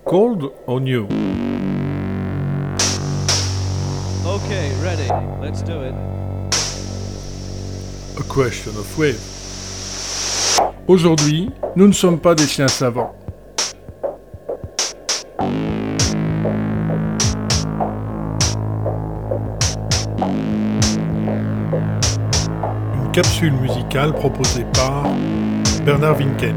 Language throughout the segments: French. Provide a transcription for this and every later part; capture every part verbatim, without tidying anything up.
Cold or new? Okay, ready. Let's do it. A question of wave. Aujourd'hui, nous ne sommes pas des chiens savants. Une capsule musicale proposée par Bernard Winken.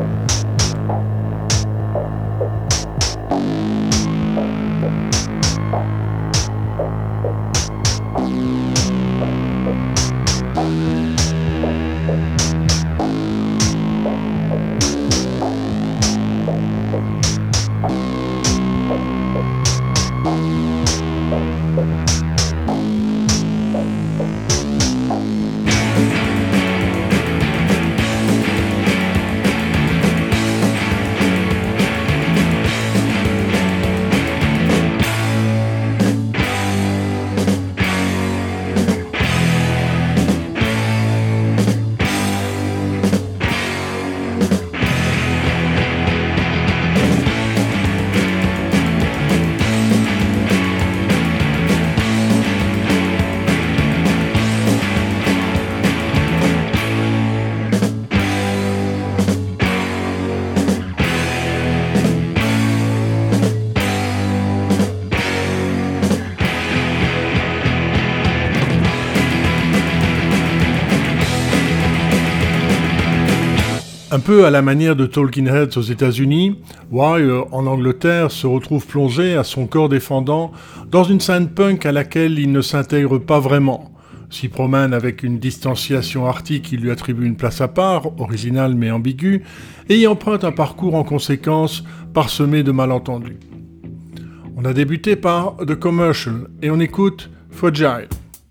Un peu à la manière de Talking Heads aux États-Unis, Wire, en Angleterre, se retrouve plongé à son corps défendant dans une scène punk à laquelle il ne s'intègre pas vraiment, s'y promène avec une distanciation arty qui lui attribue une place à part, originale mais ambiguë, et y emprunte un parcours en conséquence parsemé de malentendus. On a débuté par The Commercial et on écoute Fragile.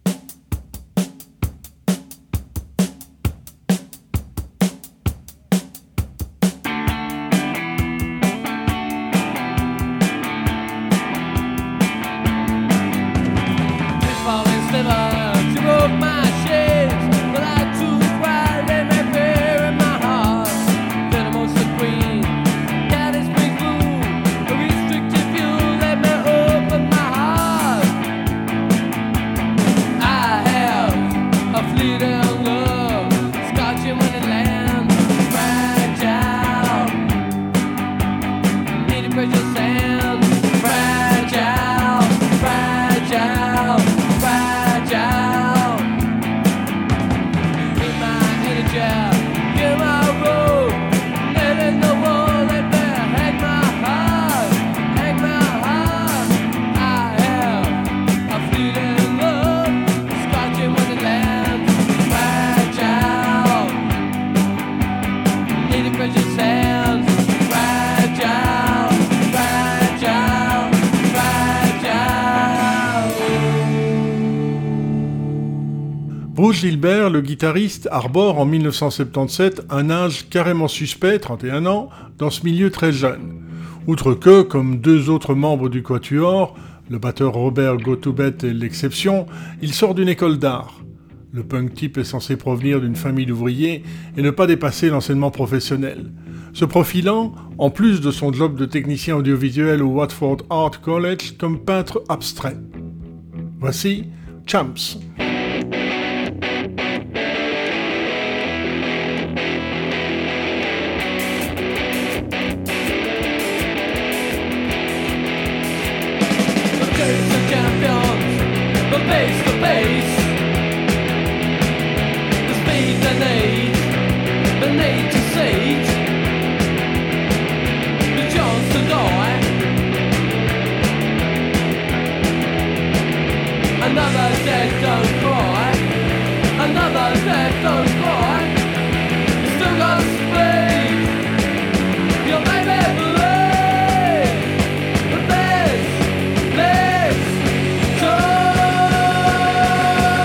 Bruce Gilbert, le guitariste, arbore en dix-neuf cent soixante-dix-sept un âge carrément suspect, trente et un ans, dans ce milieu très jeune. Outre que, comme deux autres membres du Quatuor, le batteur Robert Gotobed est l'exception, il sort d'une école d'art. Le punk type est censé provenir d'une famille d'ouvriers et ne pas dépasser l'enseignement professionnel. Se profilant, en plus de son job de technicien audiovisuel au Watford Art College, comme peintre abstrait. Voici Champs. Face to face, the speed they need, the need to seat, the chance to die. Another death don't cry, another death don't cry. You still got speed, you'll maybe believe, but there's, there's time.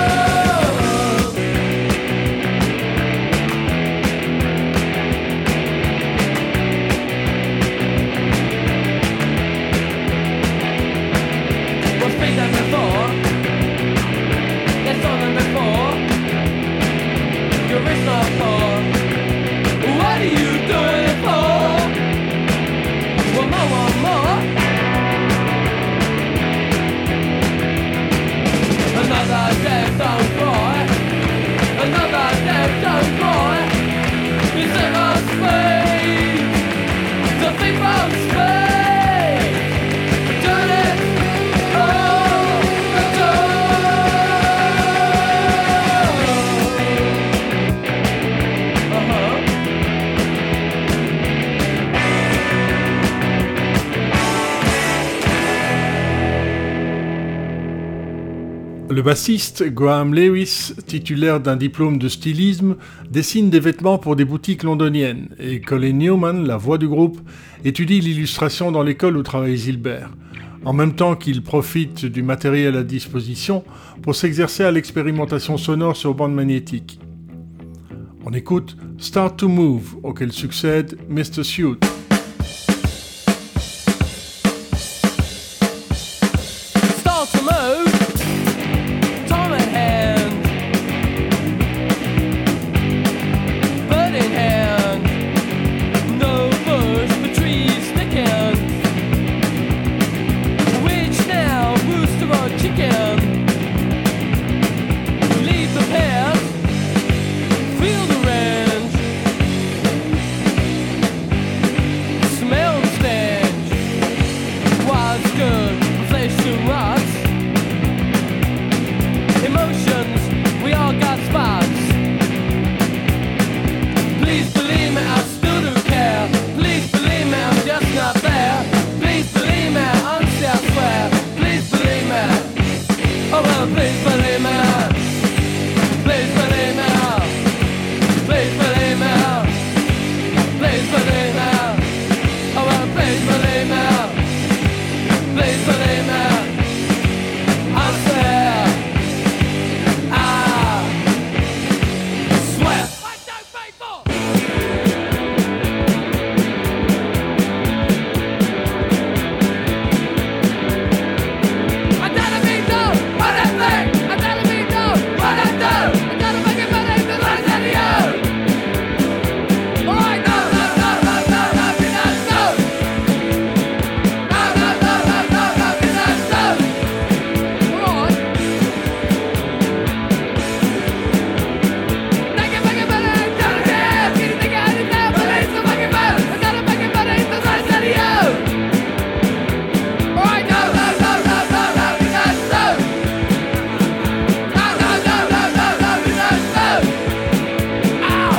Le bassiste Graham Lewis, titulaire d'un diplôme de stylisme, dessine des vêtements pour des boutiques londoniennes et Colin Newman, la voix du groupe, étudie l'illustration dans l'école où travaille Gilbert, en même temps qu'il profite du matériel à disposition pour s'exercer à l'expérimentation sonore sur bande magnétique. On écoute Start to Move, auquel succède mister Suit. Start to move, time at hand, bird in hand, no bush but trees sticking. Which now, rooster or chicken? Leave the path, feel the range, smell the stench. What's good, flesh to rot. Emotions, we all got spots. Please believe me, I still do care. Please believe me, I'm just not there. Please believe me, honestly I swear. Please believe me, oh well, please believe me. Please believe me, please believe me, please believe me, oh well, please believe me, please believe me, I swear, I swear. One, two, three, four. I gotta be done, what I think. I gotta be done, what I do. I gotta make it better than I said to you. Alright, no, no, no, no, no, no, be nice, no. No, no, no, no, no, no, be nice, no. Alright. Make it, make it better than I said to you. You think I didn't know, but it's so fucking bad. I gotta make it better than I said to you. Alright, no, no, no, no, no, no, be nice, no. No, no, no, no, no, no, be nice, no. Ow!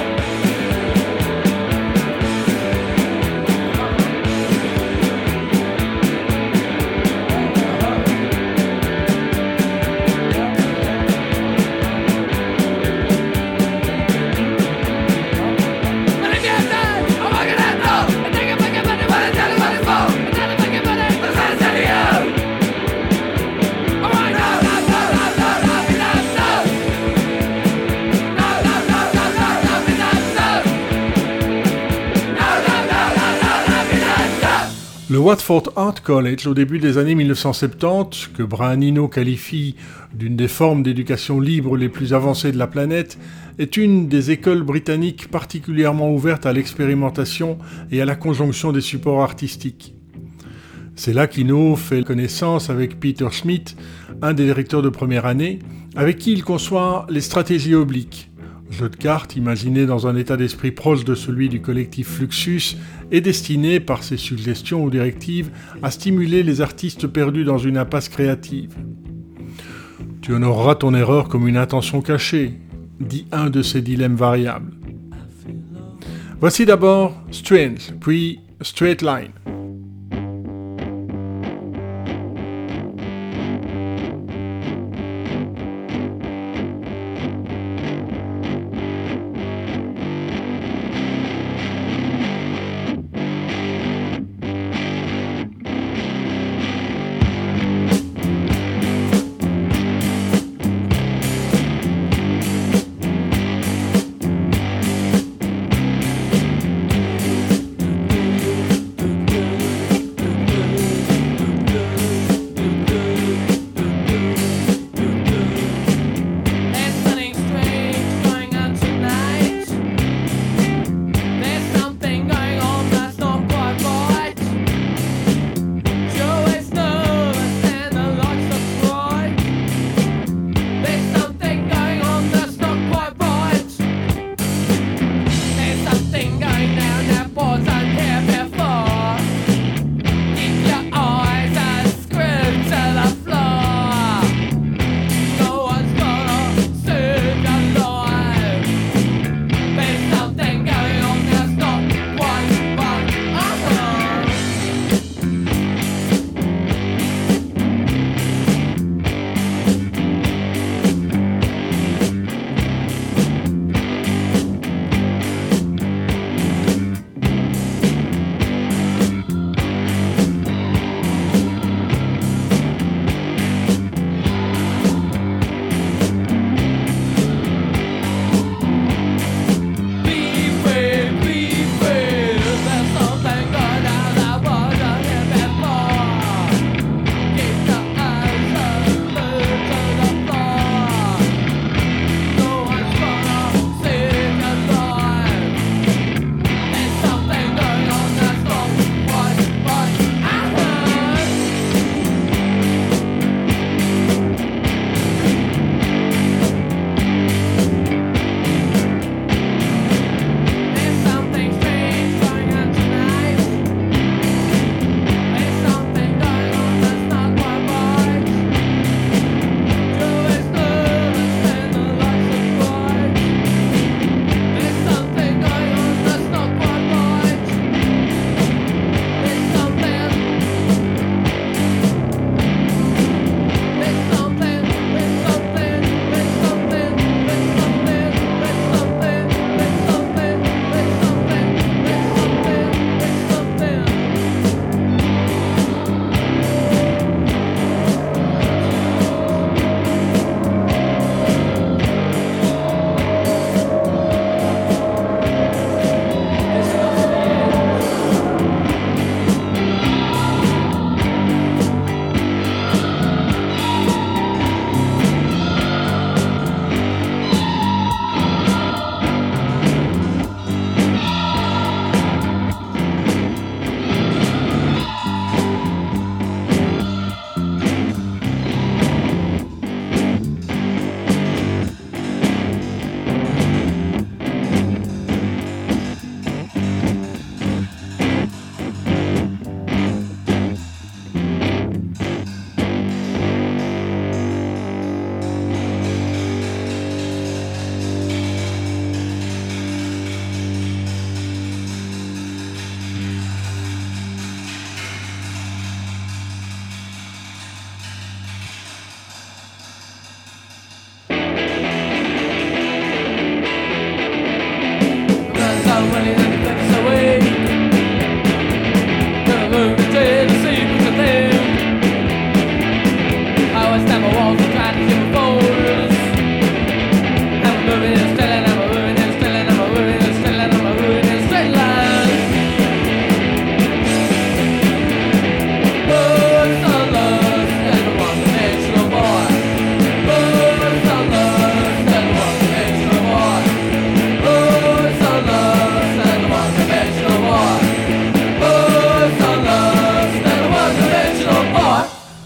But if you're dead, I'm walking that door. I think I'm making better when I tell you what it's for. I gotta make it better than I said to you. Alright, no, no, no, no, no, no, be nice, no. No, no, no, no, no, no, be nice, no. No, no, no, no, no, no, be nice, no. Le Watford Art College, au début des années mille neuf cent soixante-dix, que Brian Eno qualifie d'une des formes d'éducation libre les plus avancées de la planète, est une des écoles britanniques particulièrement ouvertes à l'expérimentation et à la conjonction des supports artistiques. C'est là qu'Eno fait connaissance avec Peter Smith, un des directeurs de première année, avec qui il conçoit les stratégies obliques, jeu de cartes imaginé dans un état d'esprit proche de celui du collectif Fluxus et destiné, par ses suggestions ou directives, à stimuler les artistes perdus dans une impasse créative. « Tu honoreras ton erreur comme une intention cachée », dit un de ces dilemmes variables. Voici d'abord Strange, puis Straight Line. Thank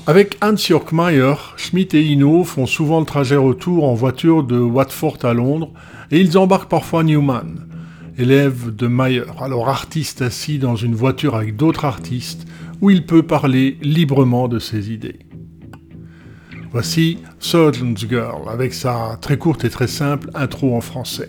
Avec Hans-Jörg Mayer, Schmidt et Eno font souvent le trajet retour en voiture de Watford à Londres et ils embarquent parfois Newman, élève de Mayer, alors artiste assis dans une voiture avec d'autres artistes où il peut parler librement de ses idées. Voici Surgeon's Girl avec sa très courte et très simple intro en français.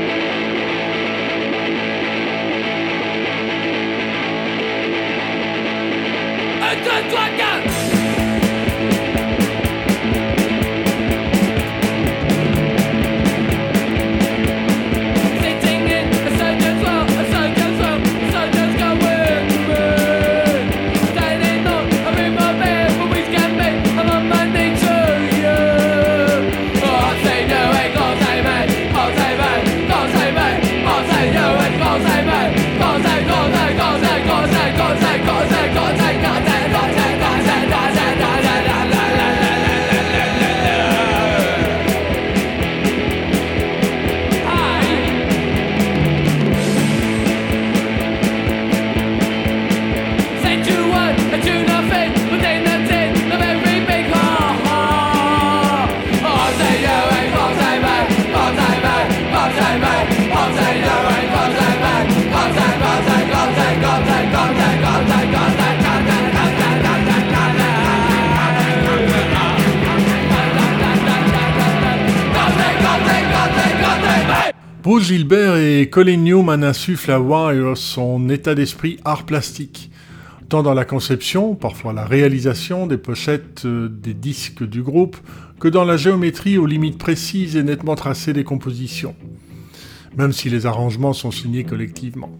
Bruce Gilbert et Colin Newman insufflent à Wire son état d'esprit art plastique, tant dans la conception, parfois la réalisation des pochettes euh, des disques du groupe, que dans la géométrie aux limites précises et nettement tracées des compositions, même si les arrangements sont signés collectivement.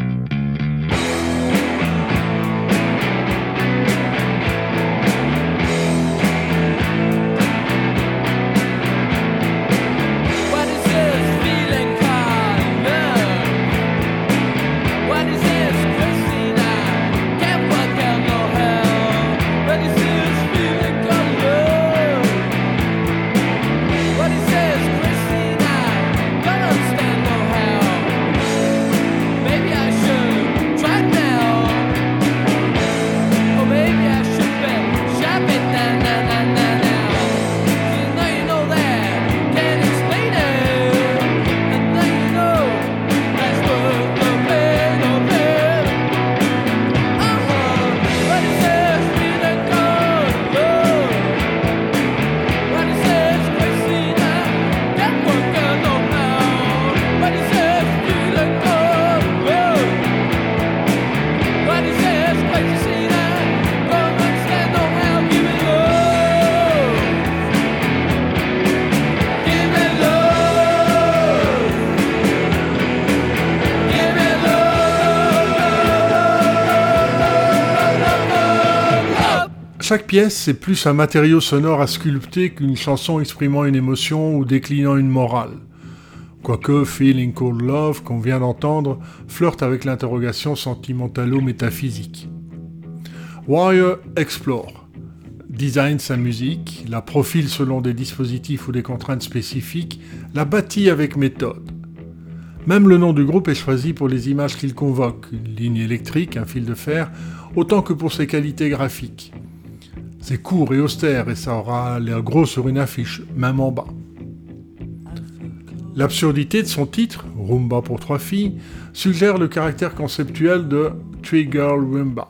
Chaque pièce, c'est plus un matériau sonore à sculpter qu'une chanson exprimant une émotion ou déclinant une morale. Quoique Feeling Cold Love, qu'on vient d'entendre, flirte avec l'interrogation sentimentalo-métaphysique. Wire explore, design sa musique, la profile selon des dispositifs ou des contraintes spécifiques, la bâtit avec méthode. Même le nom du groupe est choisi pour les images qu'il convoque, une ligne électrique, un fil de fer, autant que pour ses qualités graphiques. C'est court et austère et ça aura l'air gros sur une affiche, même en bas. L'absurdité de son titre, Rumba pour trois filles, suggère le caractère conceptuel de Three Girl Rumba.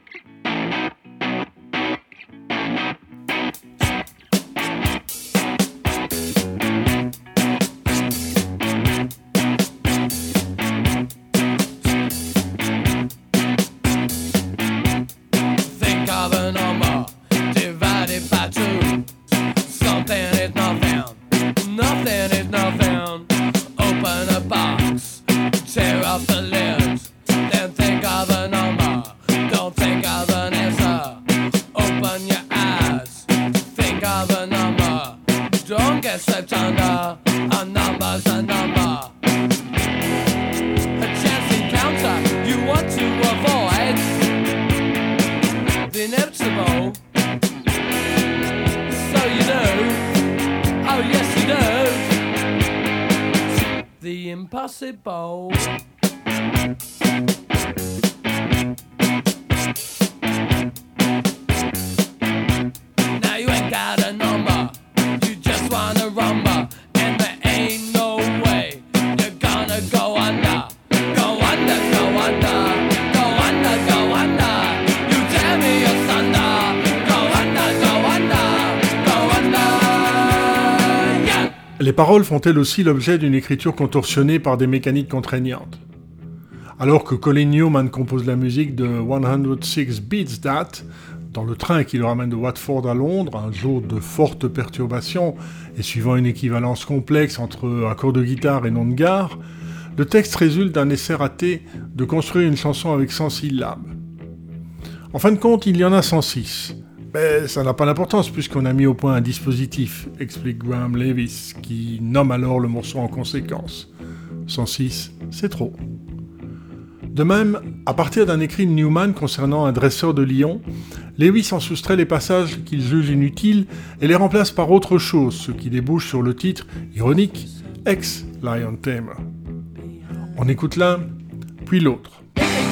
Impossible. Les paroles font-elles aussi l'objet d'une écriture contorsionnée par des mécaniques contraignantes? Alors que Colin Newman compose la musique de cent six Beats That, dans le train qui le ramène de Watford à Londres, un jour de fortes perturbations et suivant une équivalence complexe entre accords de guitare et noms de gare, le texte résulte d'un essai raté de construire une chanson avec cent syllabes. En fin de compte, il y en a cent six. Mais ça n'a pas d'importance puisqu'on a mis au point un dispositif, explique Graham Levis, qui nomme alors le morceau en conséquence. cent six, c'est trop. De même, à partir d'un écrit de Newman concernant un dresseur de lions, Lewis en soustrait les passages qu'il juge inutiles et les remplace par autre chose, ce qui débouche sur le titre, ironique, Ex-Lion Tamer. On écoute l'un, puis l'autre.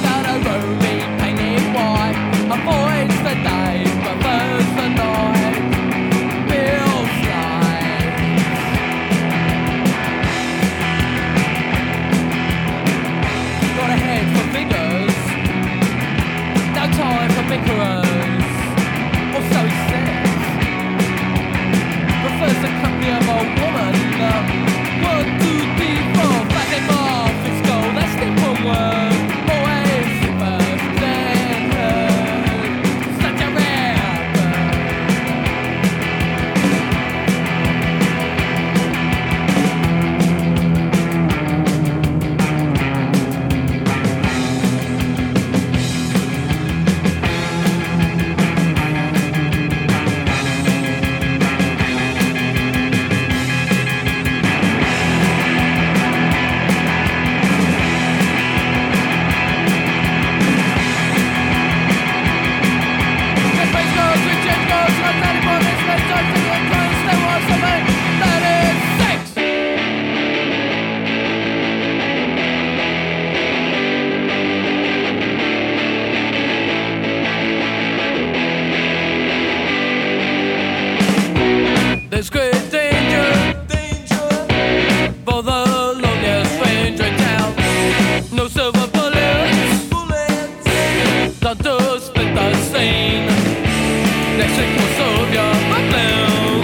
There's great danger, danger for the longest range right down. No silver bullets, bullets done to split the scene. Next week will solve your problems.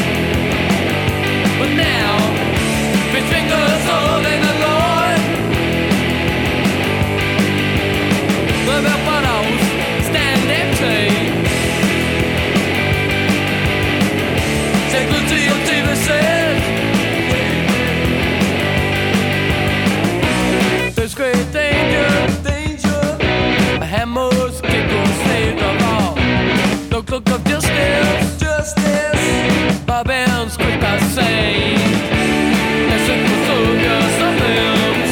But now, with fingers holding the line, the bell bottles stand empty. Take good to your T V set. There's great danger, danger. A hammer's kick will save the law. No cloak of justice, justice. Barbarians quick to say. Let's look for soldier something.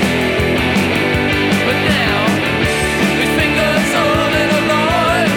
But now, his fingers holding a line.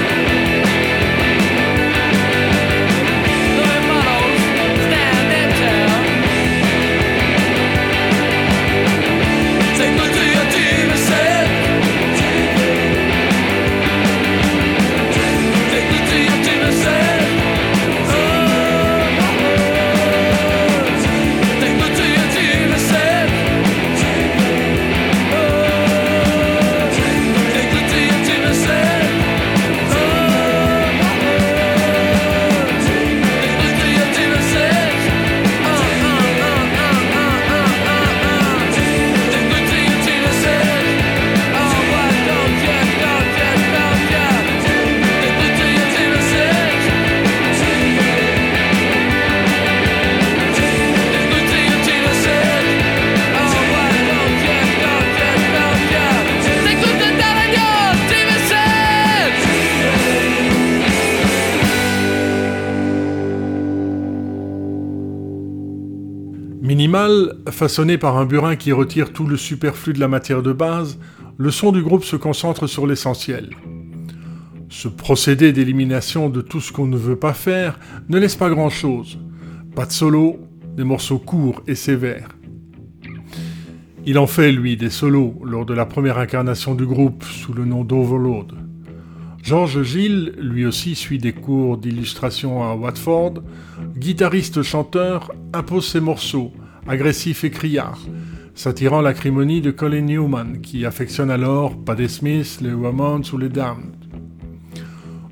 Minimal, façonné par un burin qui retire tout le superflu de la matière de base, le son du groupe se concentre sur l'essentiel. Ce procédé d'élimination de tout ce qu'on ne veut pas faire ne laisse pas grand-chose. Pas de solo, des morceaux courts et sévères. Il en fait, lui, des solos lors de la première incarnation du groupe sous le nom d'Overload. Georges Gilles, lui aussi, suit des cours d'illustration à Watford. Guitariste-chanteur, impose ses morceaux, agressifs et criards, s'attirant l'acrimonie de Colin Newman, qui affectionne alors pas des Smiths, les Ramones ou les Damned.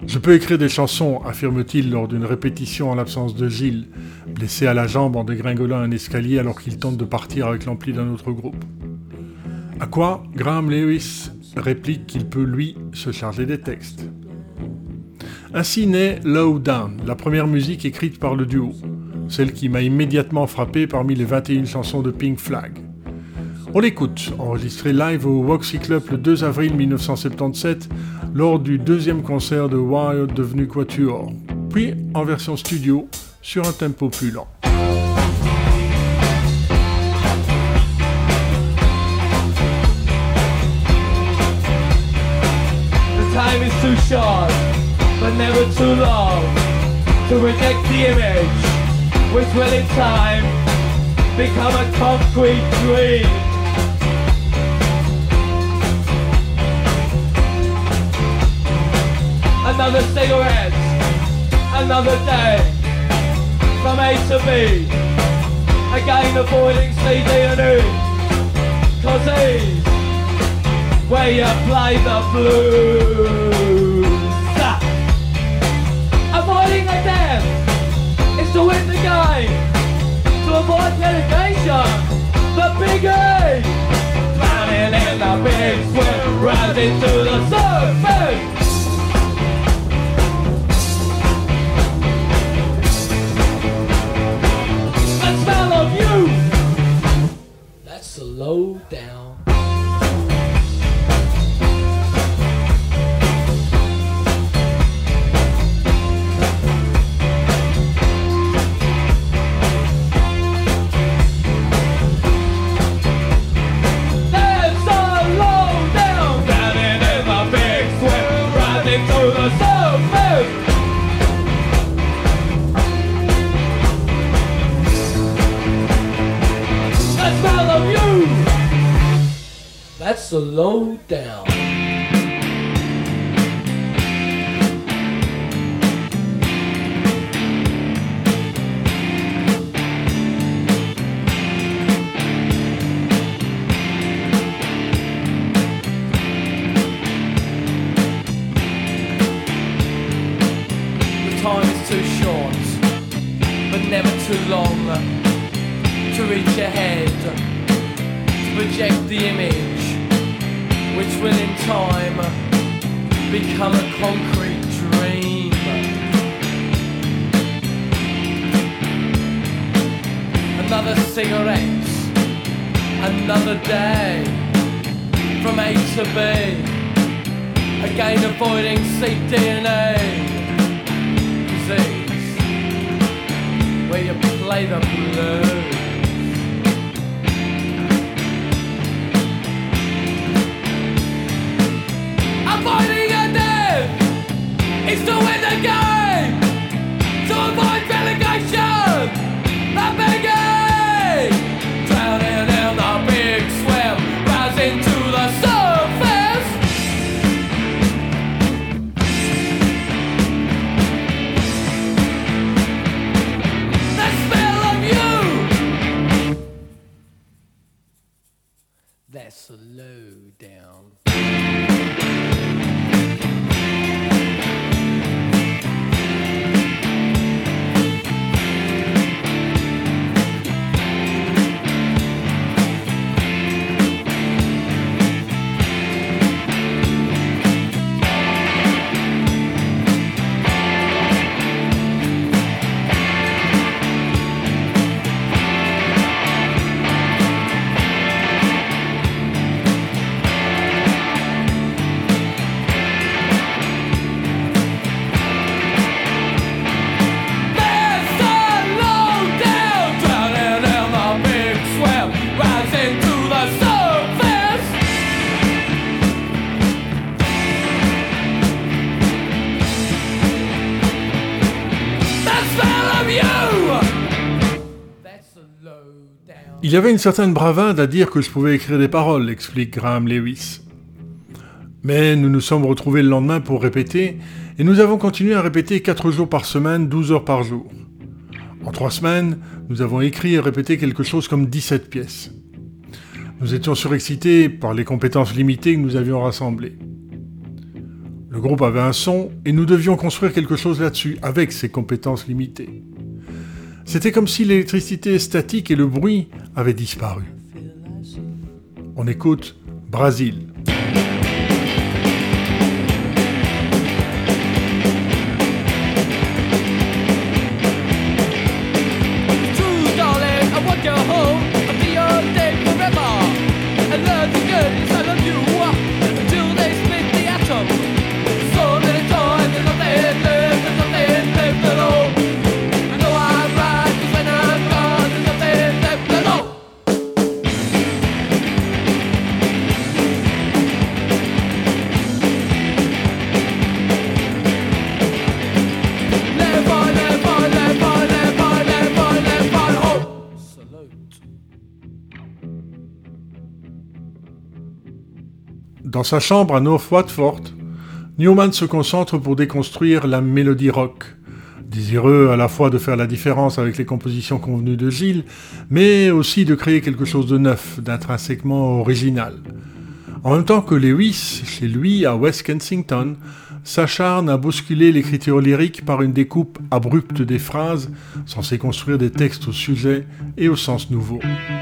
Je peux écrire des chansons, affirme-t-il lors d'une répétition en l'absence de Gilles, blessé à la jambe en dégringolant un escalier alors qu'il tente de partir avec l'ampli d'un autre groupe. À quoi Graham Lewis réplique qu'il peut, lui, se charger des textes. Ainsi naît Low Down, la première musique écrite par le duo, celle qui m'a immédiatement frappé parmi les vingt et une chansons de Pink Flag. On l'écoute, enregistré live au Roxy Club le deux avril mille neuf cent soixante-dix-sept, lors du deuxième concert de Wild devenu Quatuor, puis en version studio sur un tempo plus lent. The time is too short, but never too long, to reject the image, which will in time become a concrete dream. Another cigarette, another day, from A to B, again avoiding C D and E, cause he's where you play the blues. Ah. Avoiding the death is to win the game, to avoid litigation, the big E, drowning in the big swim, rising to the surface. You. That's a low down. That's a low down. Drowning in the big swim, rising to the surface. Smell of you. That's a low down. The time is too short, but never too long, to reach ahead, to project the image, which will in time become a concrete dream. Another cigarette, another day, from A to B, again avoiding C, D and E, disease, where you play the blues. Avoiding a death is to win the game, to avoid relegation, the big E, drowning in the big swim, rising to the surface. The smell of you. That's a low down. Il y avait une certaine bravade à dire que je pouvais écrire des paroles, explique Graham Lewis. Mais nous nous sommes retrouvés le lendemain pour répéter, et nous avons continué à répéter quatre jours par semaine, douze heures par jour. En trois semaines, nous avons écrit et répété quelque chose comme dix-sept pièces. Nous étions surexcités par les compétences limitées que nous avions rassemblées. Le groupe avait un son et nous devions construire quelque chose là-dessus, avec ses compétences limitées. C'était comme si l'électricité statique et le bruit avaient disparu. On écoute Brésil. Dans sa chambre à North Watford, Newman se concentre pour déconstruire la mélodie rock, désireux à la fois de faire la différence avec les compositions convenues de Gilles, mais aussi de créer quelque chose de neuf, d'intrinsèquement original. En même temps que Lewis, chez lui à West Kensington, s'acharne à bousculer l'écriture lyrique par une découpe abrupte des phrases, censée construire des textes au sujet et au sens nouveau.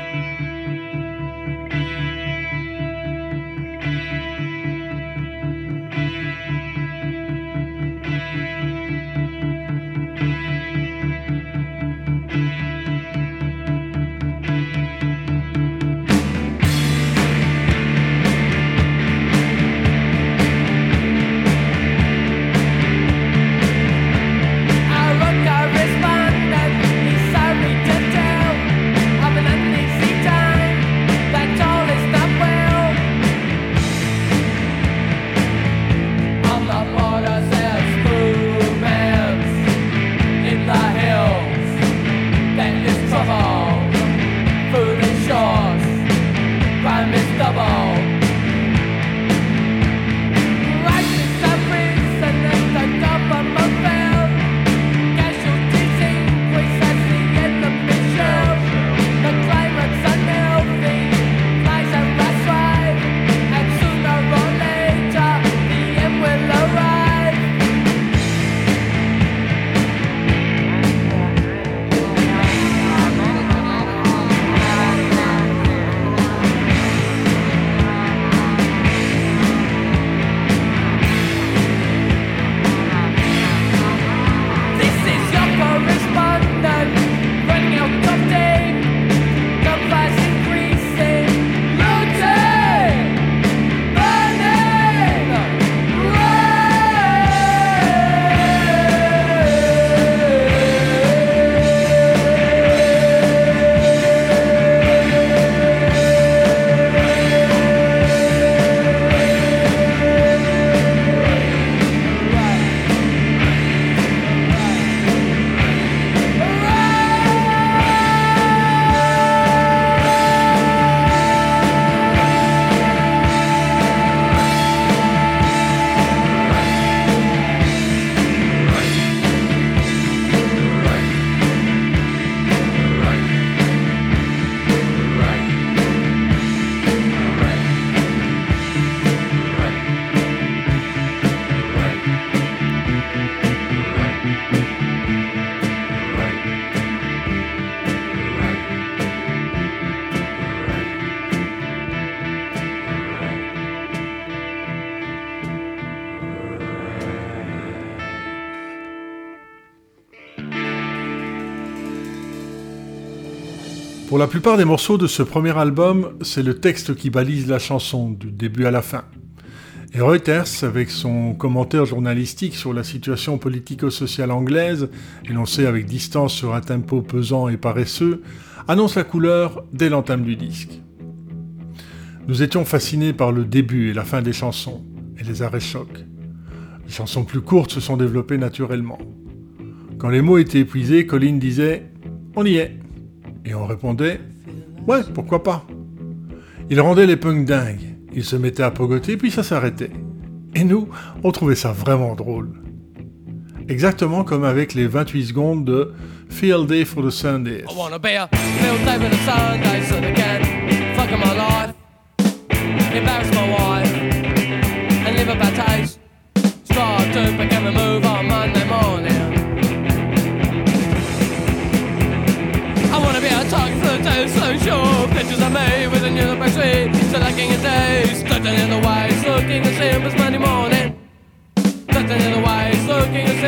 Pour la plupart des morceaux de ce premier album, c'est le texte qui balise la chanson, du début à la fin. Et Reuters, avec son commentaire journalistique sur la situation politico-sociale anglaise, énoncé avec distance sur un tempo pesant et paresseux, annonce la couleur dès l'entame du disque. Nous étions fascinés par le début et la fin des chansons, et les arrêts chocs. Les chansons plus courtes se sont développées naturellement. Quand les mots étaient épuisés, Colin disait « On y est ». Et on répondait « Ouais, pourquoi pas ?» Il rendait les punks dingues. Il se mettait à pogoter, puis ça s'arrêtait. Et nous, on trouvait ça vraiment drôle. Exactement comme avec les vingt-huit secondes de Field Day for the Sundays. I wanna be a field day for the Sundays so they can fuck my life, embarrass my wife, and live a bad taste.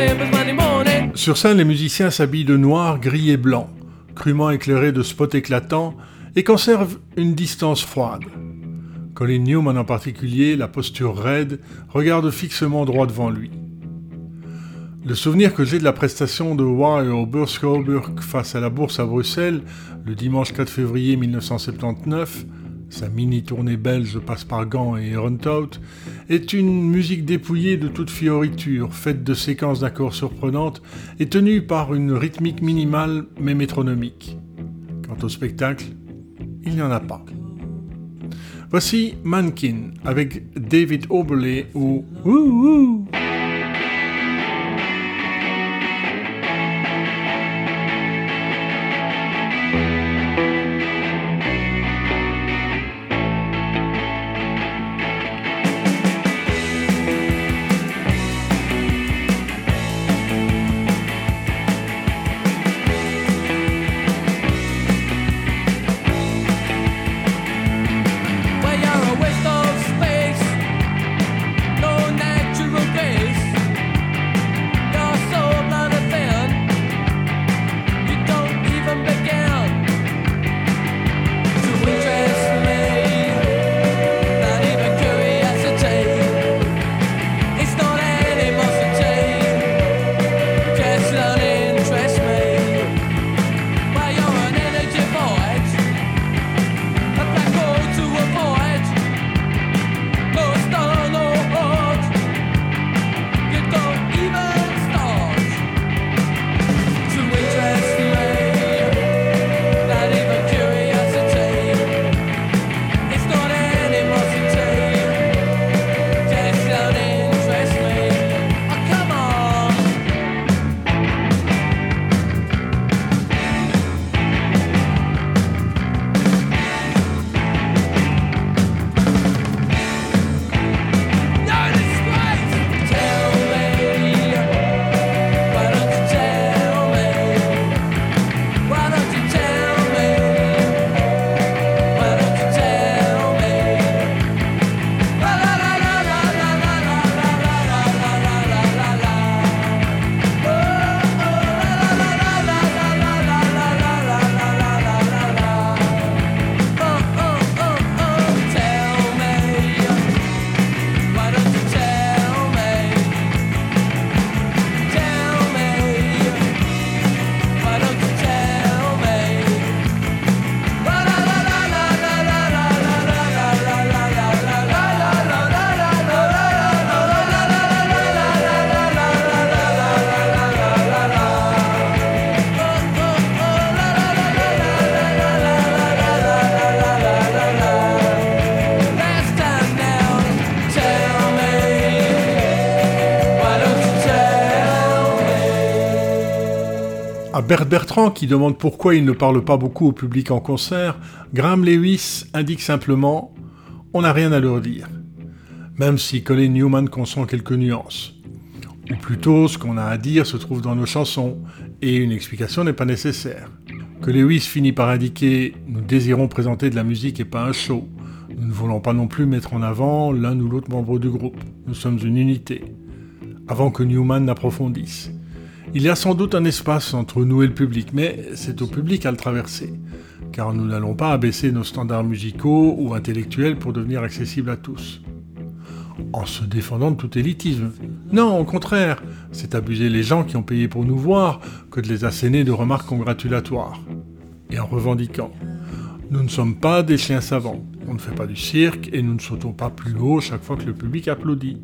papers Monday morning. Sur scène, les musiciens s'habillent de noir, gris et blanc, crûment éclairés de spots éclatants, et conservent une distance froide. Colin Newman en particulier, la posture raide, regarde fixement droit devant lui. Le souvenir que j'ai de la prestation de Wire au Beurscoburg face à la Bourse à Bruxelles, le dimanche quatre février mille neuf cent soixante-dix-neuf, sa mini-tournée belge passe par Gand et Herenthout, est une musique dépouillée de toute fioriture, faite de séquences d'accords surprenantes et tenue par une rythmique minimale mais métronomique. Quant au spectacle, il n'y en a pas. Voici Mannequin avec David Oberle ou Woo-Woo. À Bert Bertrand, qui demande pourquoi il ne parle pas beaucoup au public en concert, Graham Lewis indique simplement « On n'a rien à leur dire », même si Colin Newman consent quelques nuances. Ou plutôt, ce qu'on a à dire se trouve dans nos chansons, et une explication n'est pas nécessaire. Que Lewis finit par indiquer « Nous désirons présenter de la musique et pas un show. Nous ne voulons pas non plus mettre en avant l'un ou l'autre membre du groupe. Nous sommes une unité. » Avant que Newman n'approfondisse. Il y a sans doute un espace entre nous et le public, mais c'est au public à le traverser, car nous n'allons pas abaisser nos standards musicaux ou intellectuels pour devenir accessibles à tous. En se défendant de tout élitisme. Non, au contraire, c'est abuser les gens qui ont payé pour nous voir que de les asséner de remarques congratulatoires. Et en revendiquant. Nous ne sommes pas des chiens savants, on ne fait pas du cirque et nous ne sautons pas plus haut chaque fois que le public applaudit.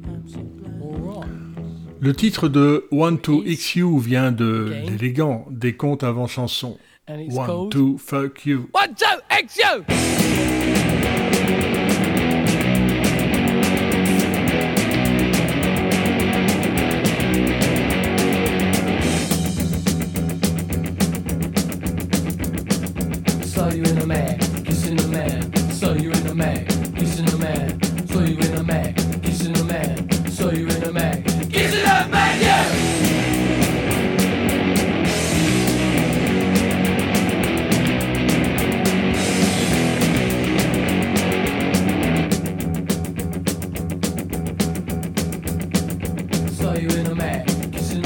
Le titre de One two X U vient de l'élégant des contes avant chansons. One two fuck you. One, two, X U! Saw you in a mag, kissing a man. Saw you in a mag, kissing a man. Saw you in a mag, kissing a man. Saw you in a mag, kissing a man, yeah! Saw you in a mag, kissing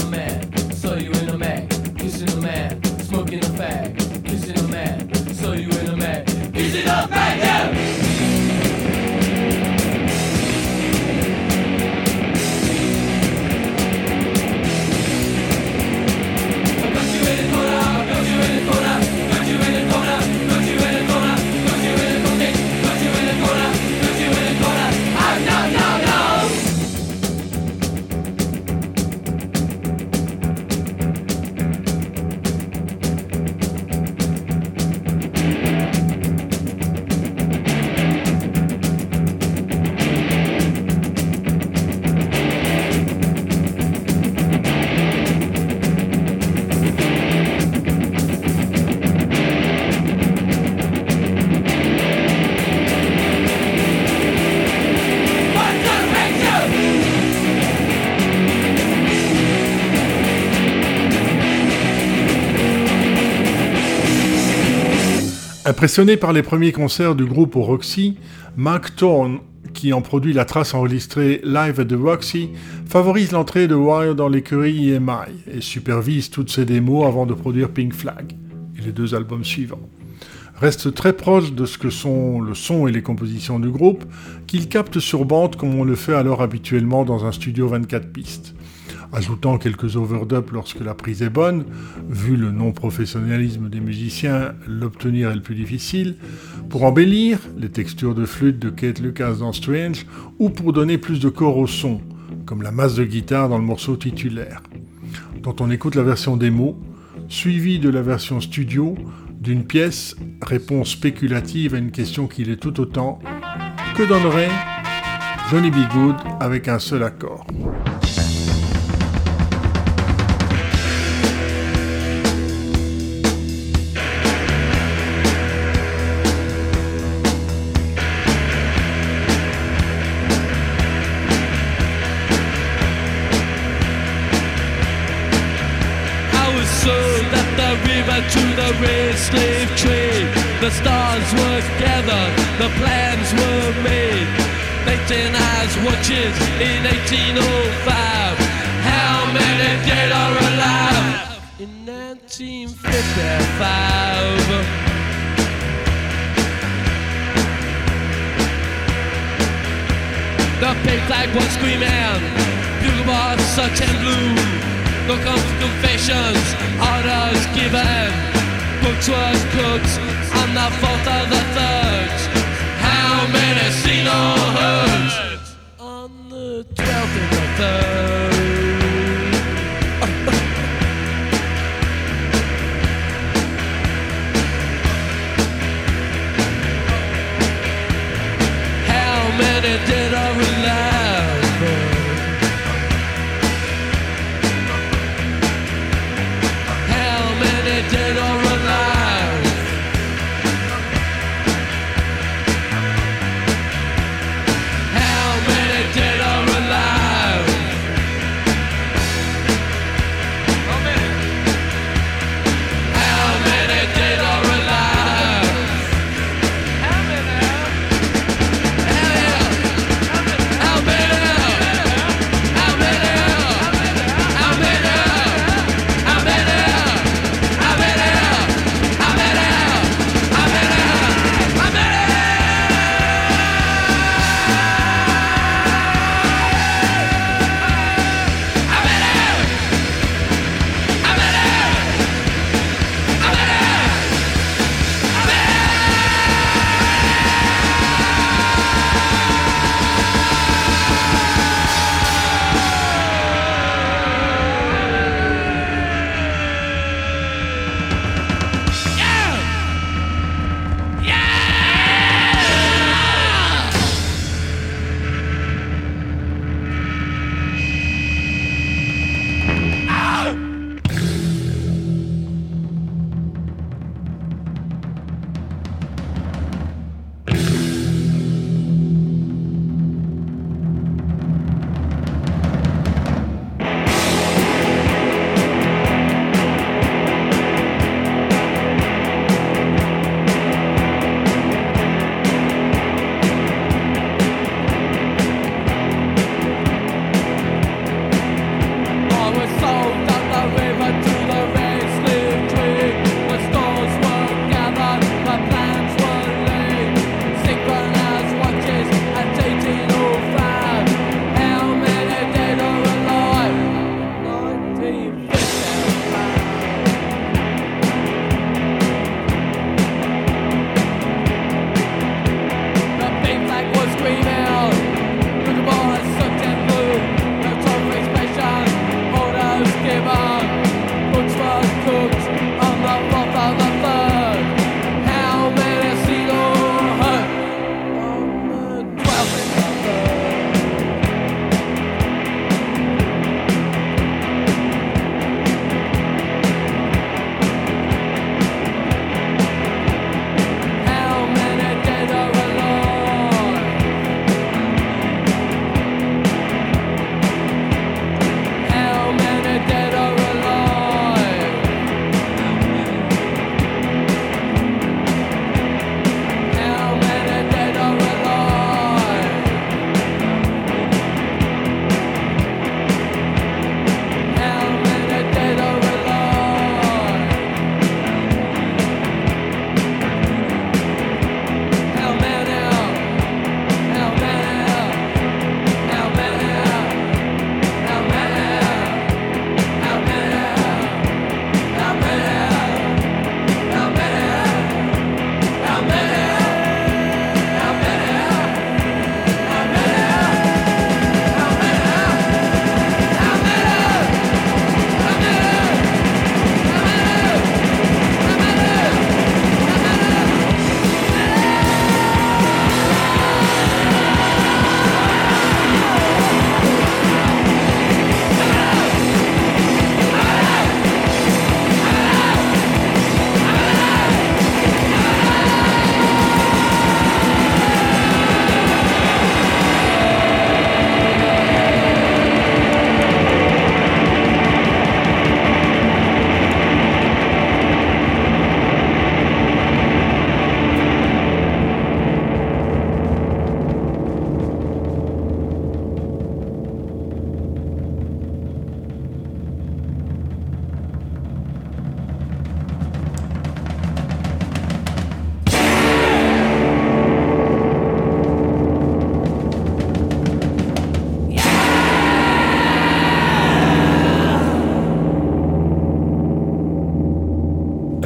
Impressionné par les premiers concerts du groupe au Roxy, Mark Thorne, qui en produit la trace enregistrée Live at the Roxy, favorise l'entrée de Wire dans l'écurie E M I et supervise toutes ses démos avant de produire Pink Flag et les deux albums suivants. Reste très proche de ce que sont le son et les compositions du groupe, qu'il capte sur bande comme on le fait alors habituellement dans un studio vingt-quatre pistes. Ajoutant quelques overdubs lorsque la prise est bonne, vu le non-professionnalisme des musiciens, l'obtenir est le plus difficile, pour embellir les textures de flûte de Kate Lucas dans Strange, ou pour donner plus de corps au son, comme la masse de guitare dans le morceau titulaire, dont on écoute la version démo, suivie de la version studio, d'une pièce, réponse spéculative à une question qu'il est tout autant, que donnerait Johnny B. Good avec un seul accord. To the red slave trade, the stars were gathered, the plans were made. Eighteen eyes watches in eighteen oh five. How many dead are alive in nineteen fifty-five? The pink flag was screaming, bugle bars such and blue. No confessions, orders given. Books was cooked on the fault of the thugs. How many seen or heard on the twelfth of the third? How many dead or alive? Dead or alive? How many dead or alive?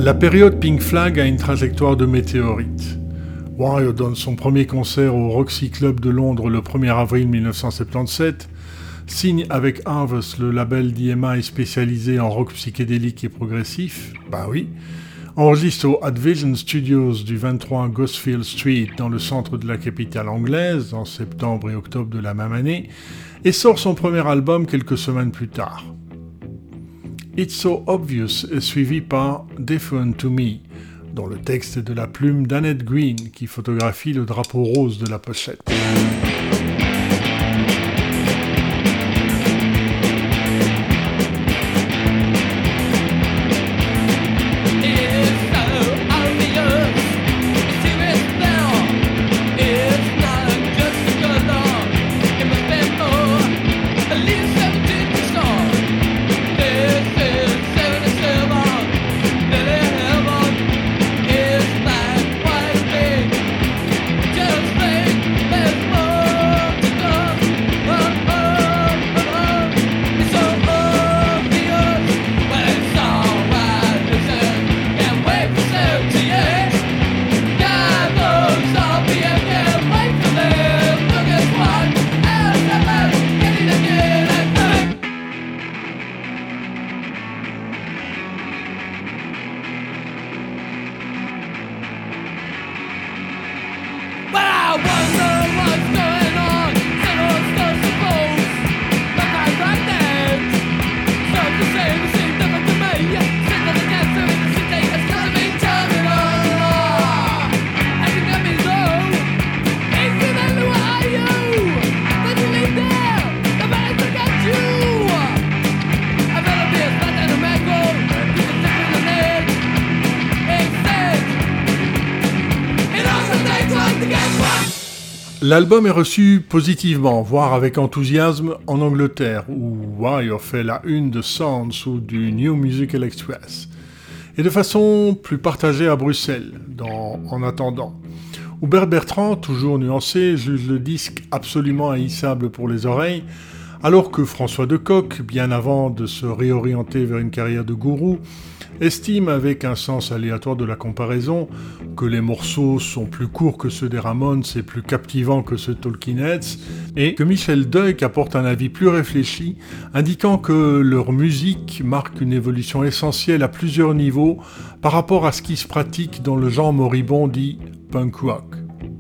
La période Pink Flag a une trajectoire de météorite. Wire donne son premier concert au Roxy Club de Londres le premier avril mille neuf cent soixante-dix-sept, signe avec Harvest le label d'E M I spécialisé en rock psychédélique et progressif, bah oui, enregistre au Advision Studios du vingt-trois Gosfield Street dans le centre de la capitale anglaise en septembre et octobre de la même année et sort son premier album quelques semaines plus tard. It's So Obvious est suivi par Different to Me, dont le texte est de la plume d'Annette Green qui photographie le drapeau rose de la pochette. L'album est reçu positivement, voire avec enthousiasme, en Angleterre, où Wire fait la une de Sounds ou du New Musical Express, et de façon plus partagée à Bruxelles, dans En attendant, où Bert Bertrand, toujours nuancé, juge le disque absolument haïssable pour les oreilles, alors que François Decoq, bien avant de se réorienter vers une carrière de gourou, estime avec un sens aléatoire de la comparaison que les morceaux sont plus courts que ceux des Ramones et plus captivants que ceux de Talking Heads, et que Michel Deuc apporte un avis plus réfléchi, indiquant que leur musique marque une évolution essentielle à plusieurs niveaux par rapport à ce qui se pratique dans le genre moribond dit punk rock.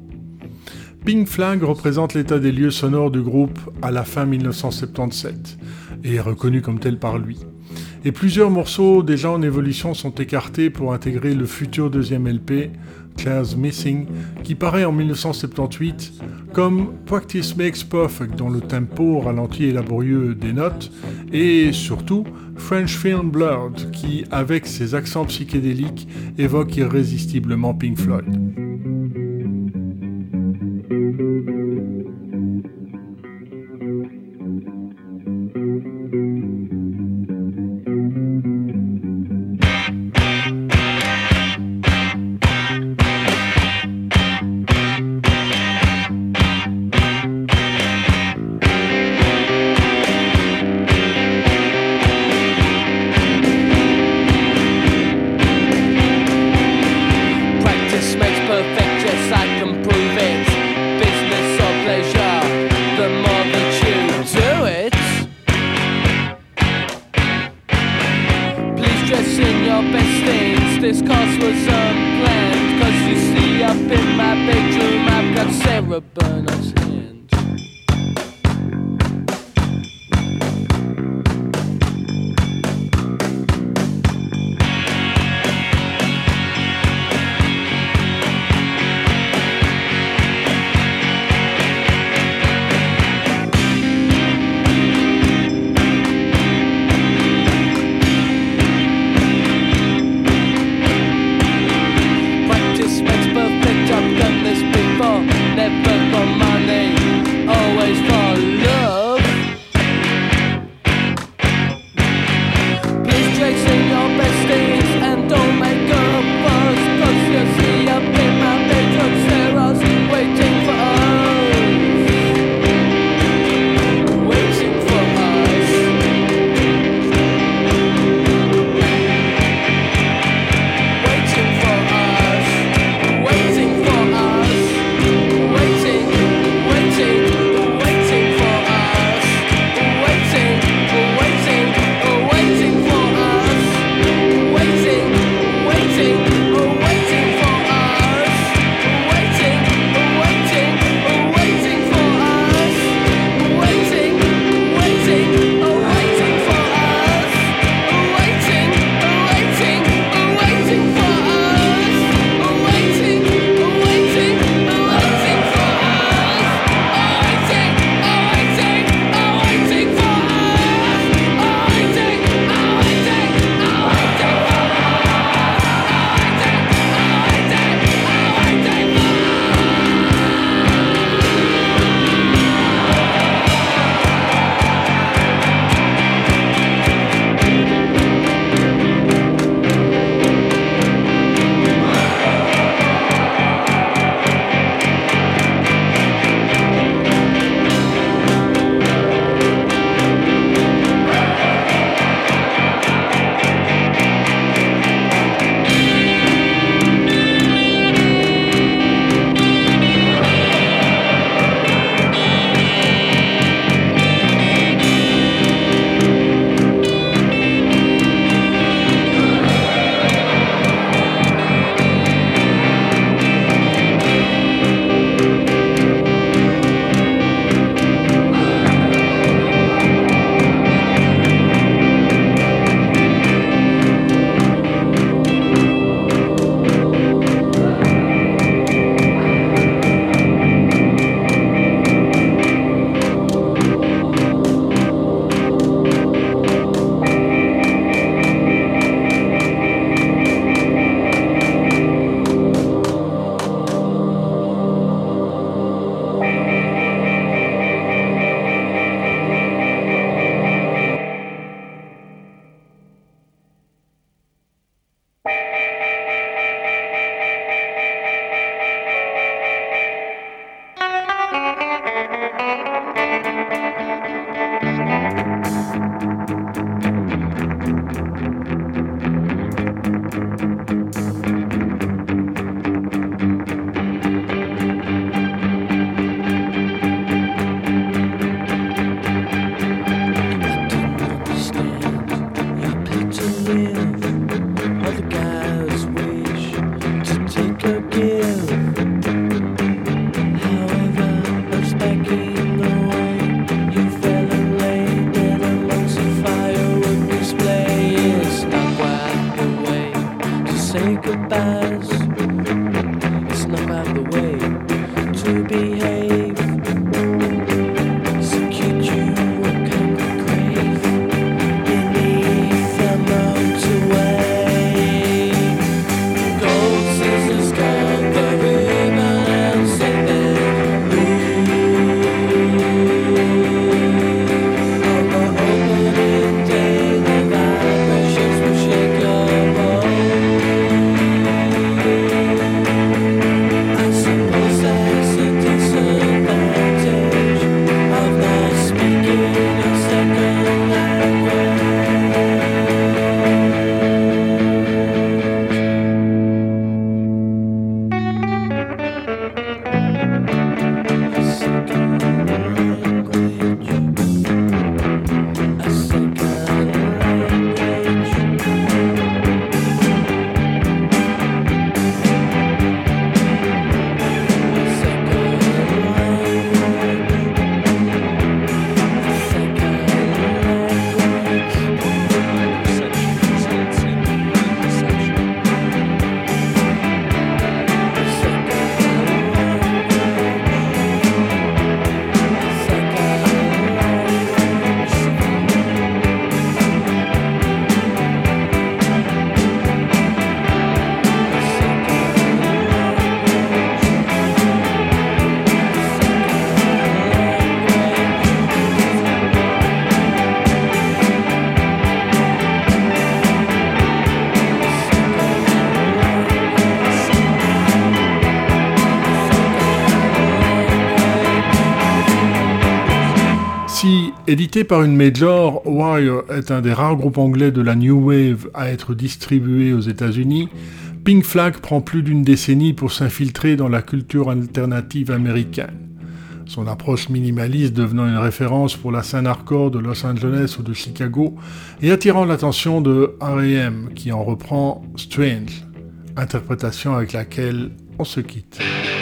Pink Flag représente l'état des lieux sonores du groupe à la fin mille neuf cent soixante-dix-sept, et est reconnu comme tel par lui. Et plusieurs morceaux déjà en évolution sont écartés pour intégrer le futur deuxième L P, Claire's Missing, qui paraît en mille neuf cent soixante-dix-huit, comme Practice Makes Perfect, dont le tempo ralenti et laborieux des notes, et surtout French Film Blurred, qui, avec ses accents psychédéliques, évoque irrésistiblement Pink Floyd. Édité par une major, Wire est un des rares groupes anglais de la New Wave à être distribué aux États-Unis. Pink Flag prend plus d'une décennie pour s'infiltrer dans la culture alternative américaine. Son approche minimaliste devenant une référence pour la scène hardcore de Los Angeles ou de Chicago et attirant l'attention de R E M qui en reprend Strange, interprétation avec laquelle on se quitte.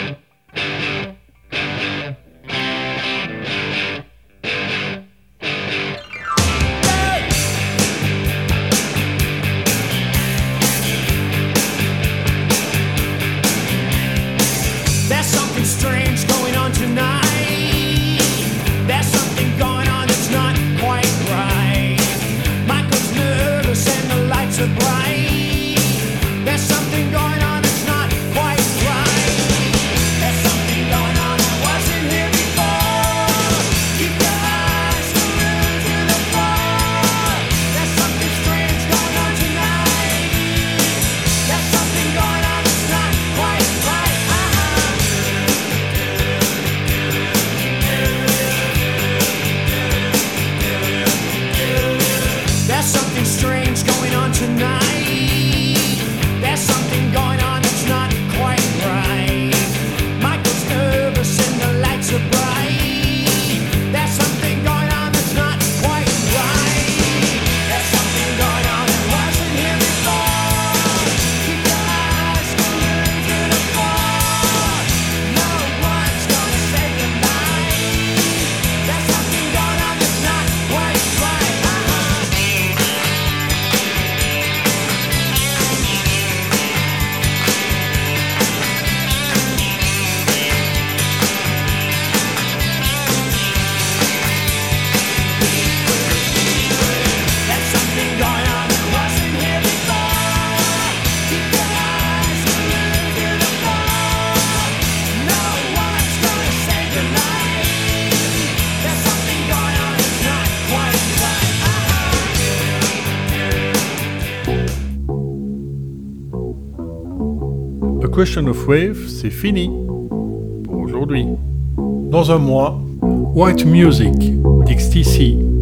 Question of Wave, c'est fini pour aujourd'hui. Dans un mois, White Music d'X T C.